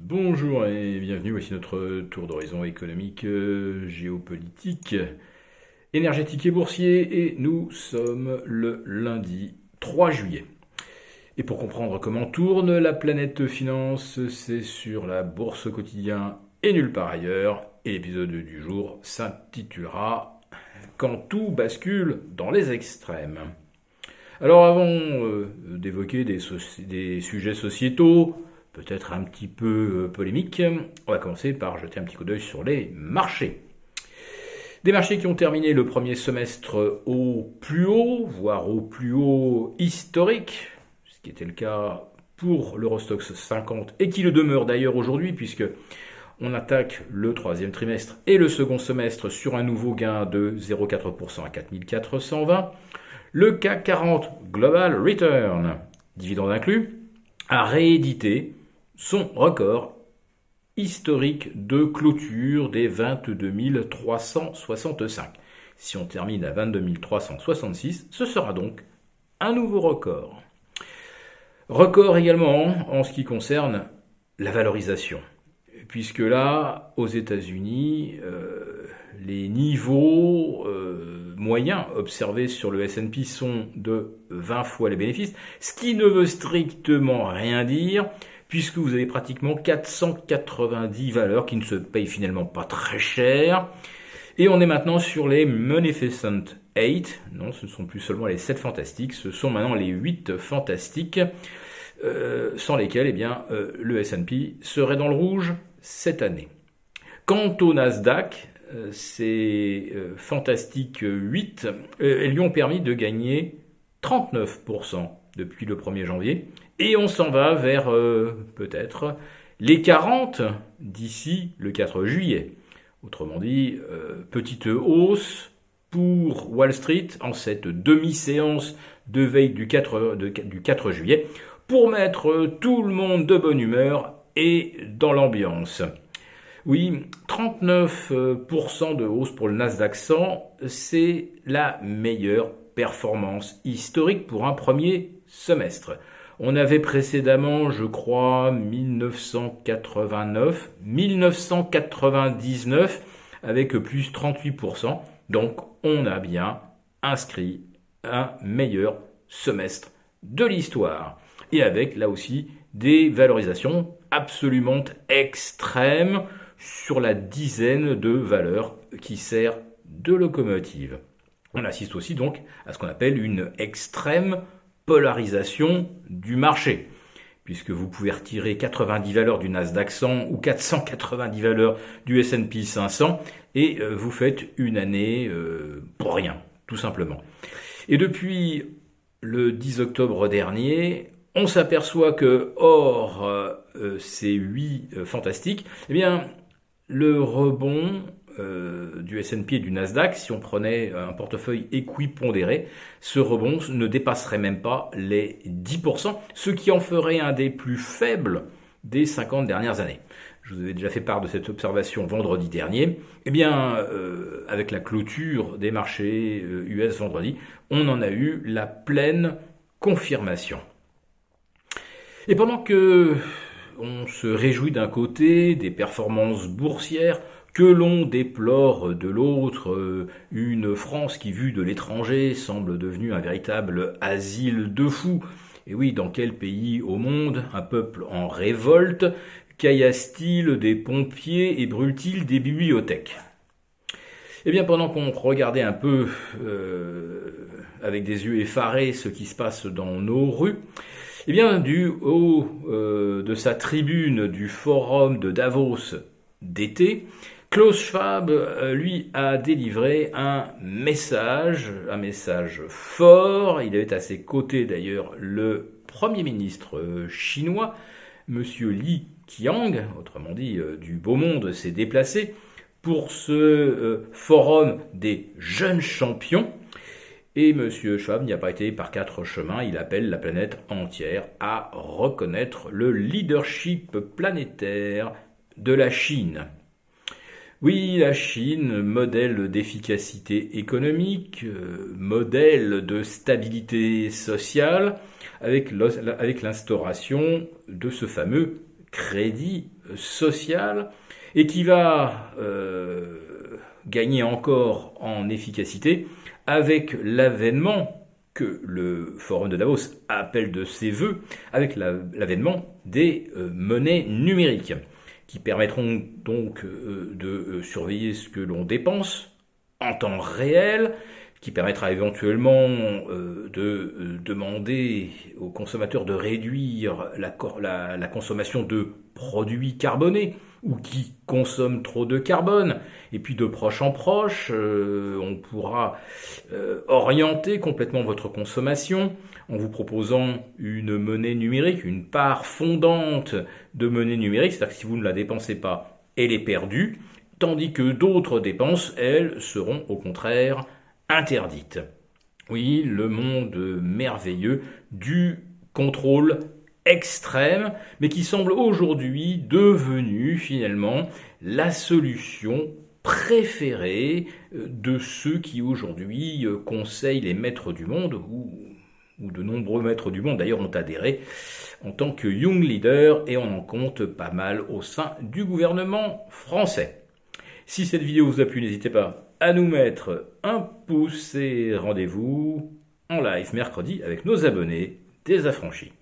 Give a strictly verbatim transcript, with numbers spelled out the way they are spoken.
Bonjour et bienvenue, voici notre tour d'horizon économique, euh, géopolitique, énergétique et boursier, et nous sommes le lundi trois juillet. Et pour comprendre comment tourne la planète finance, c'est sur la bourse quotidien et nulle part ailleurs, et l'épisode du jour s'intitulera « Quand tout bascule dans les extrêmes ». Alors avant euh, d'évoquer des, soci- des sujets sociétaux, peut-être un petit peu euh, polémiques, on va commencer par jeter un petit coup d'œil sur les marchés. Des marchés qui ont terminé le premier semestre au plus haut, voire au plus haut historique, ce qui était le cas pour l'Eurostoxx cinquante et qui le demeure d'ailleurs aujourd'hui puisque on attaque le troisième trimestre et le second semestre sur un nouveau gain de zéro virgule quatre pour cent à quatre mille quatre cent vingt. Le C A C quarante Global Return, dividende inclus, a réédité son record historique de clôture des vingt-deux mille trois cent soixante-cinq. Si on termine à vingt-deux mille trois cent soixante-six, ce sera donc un nouveau record. Record également en ce qui concerne la valorisation, puisque là, aux États-Unis, euh, les niveaux euh, moyens observés sur le S and P sont de vingt fois les bénéfices, ce qui ne veut strictement rien dire, puisque vous avez pratiquement quatre cent quatre-vingt-dix valeurs qui ne se payent finalement pas très cher. Et on est maintenant sur les Magnificent huit. Non, ce ne sont plus seulement les sept fantastiques, ce sont maintenant les huit fantastiques, euh, sans lesquels eh bien, euh, le S and P serait dans le rouge cette année. Quant au Nasdaq, euh, ces euh, fantastiques huit euh, elles lui ont permis de gagner trente-neuf pour cent depuis le premier janvier. Et on s'en va vers, euh, peut-être, les quarante d'ici le quatre juillet. Autrement dit, euh, petite hausse pour Wall Street en cette demi-séance de veille du quatre, de, du quatre juillet pour mettre tout le monde de bonne humeur et dans l'ambiance. Oui, trente-neuf pour cent de hausse pour le Nasdaq cent, c'est la meilleure performance historique pour un premier semestre. On avait précédemment, je crois, mille neuf cent quatre-vingt-neuf, mille neuf cent quatre-vingt-dix-neuf avec plus trente-huit pour cent. Donc, on a bien inscrit un meilleur semestre de l'histoire. Et avec, là aussi, des valorisations absolument extrêmes sur la dizaine de valeurs qui servent de locomotive. On assiste aussi donc à ce qu'on appelle une extrême polarisation du marché, puisque vous pouvez retirer quatre-vingt-dix valeurs du Nasdaq cent ou quatre cent quatre-vingt-dix valeurs du S and P cinq cents et euh, vous faites une année euh, pour rien, tout simplement. Et depuis le dix octobre dernier, on s'aperçoit que, hors euh, ces huit euh, fantastiques, eh bien, le rebond euh, du S and P et du Nasdaq, si on prenait un portefeuille équipondéré, ce rebond ne dépasserait même pas les dix pour cent, ce qui en ferait un des plus faibles des cinquante dernières années. Je vous avais déjà fait part de cette observation vendredi dernier. Eh bien, euh, avec la clôture des marchés euh, U S vendredi, on en a eu la pleine confirmation. Et pendant que on se réjouit d'un côté des performances boursières, que l'on déplore de l'autre, une France qui, vue de l'étranger, semble devenue un véritable asile de fous. Et oui, dans quel pays au monde un peuple en révolte caillasse-t-il des pompiers et brûle-t-il des bibliothèques ? Eh bien, pendant qu'on regardait un peu euh, avec des yeux effarés ce qui se passe dans nos rues, eh bien, du haut euh, de sa tribune du forum de Davos d'été, Klaus Schwab, euh, lui, a délivré un message, un message fort. Il avait à ses côtés d'ailleurs le Premier ministre euh, chinois, M. Li Qiang, autrement dit, euh, du beau monde, s'est déplacé pour ce euh, forum des jeunes champions. Et M. Schwab n'y a pas été par quatre chemins, il appelle la planète entière à reconnaître le leadership planétaire de la Chine. Oui, la Chine, modèle d'efficacité économique, euh, modèle de stabilité sociale, avec, avec l'instauration de ce fameux crédit sociale et qui va euh, gagner encore en efficacité avec l'avènement que le Forum de Davos appelle de ses voeux, avec la, l'avènement des euh, monnaies numériques, qui permettront donc euh, de euh, surveiller ce que l'on dépense en temps réel, qui permettra éventuellement euh, de euh, demander aux consommateurs de réduire la, la, la consommation de produits carbonés ou qui consomment trop de carbone. Et puis de proche en proche, euh, on pourra euh, orienter complètement votre consommation en vous proposant une monnaie numérique, une part fondante de monnaie numérique, c'est-à-dire que si vous ne la dépensez pas, elle est perdue, tandis que d'autres dépenses, elles, seront au contraire interdites. Oui, le monde merveilleux du contrôle extrême, mais qui semble aujourd'hui devenu finalement la solution préférée de ceux qui aujourd'hui conseillent les maîtres du monde, ou, ou de nombreux maîtres du monde d'ailleurs ont adhéré en tant que young leader, et on en compte pas mal au sein du gouvernement français. Si cette vidéo vous a plu, n'hésitez pas à nous mettre un pouce et rendez-vous en live mercredi avec nos abonnés désaffranchis.